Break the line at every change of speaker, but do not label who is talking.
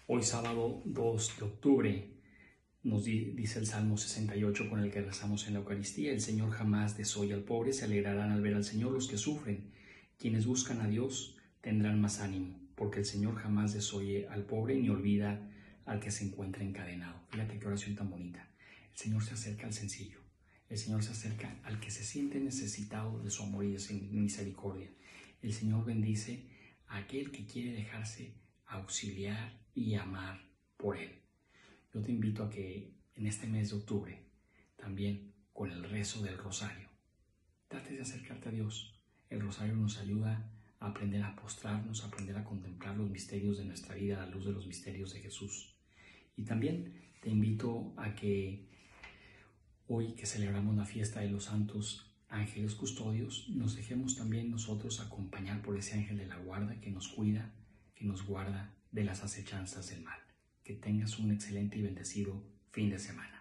Hoy sábado 2 de octubre nos dice el Salmo 68 con el que rezamos en la Eucaristía: el Señor jamás desoye al pobre, se alegrarán al ver al Señor los que sufren. Quienes buscan a Dios tendrán más ánimo, porque el Señor jamás desoye al pobre ni olvida al que se encuentra encadenado. Fíjate qué oración tan bonita. El Señor se acerca al sencillo. El Señor se acerca al que se siente necesitado de su amor y de su misericordia. El Señor bendice a aquel que quiere dejarse auxiliar y amar por Él. Yo te invito a que en este mes de octubre, también con el rezo del rosario, trates de acercarte a Dios. El rosario nos ayuda a aprender a postrarnos, a aprender a contemplar los misterios de nuestra vida a la luz de los misterios de Jesús. Y también te invito a que hoy que celebramos la fiesta de los santos ángeles custodios, nos dejemos también nosotros acompañar por ese ángel de la guarda que nos cuida, que nos guarda de las acechanzas del mal. Que tengas un excelente y bendecido fin de semana.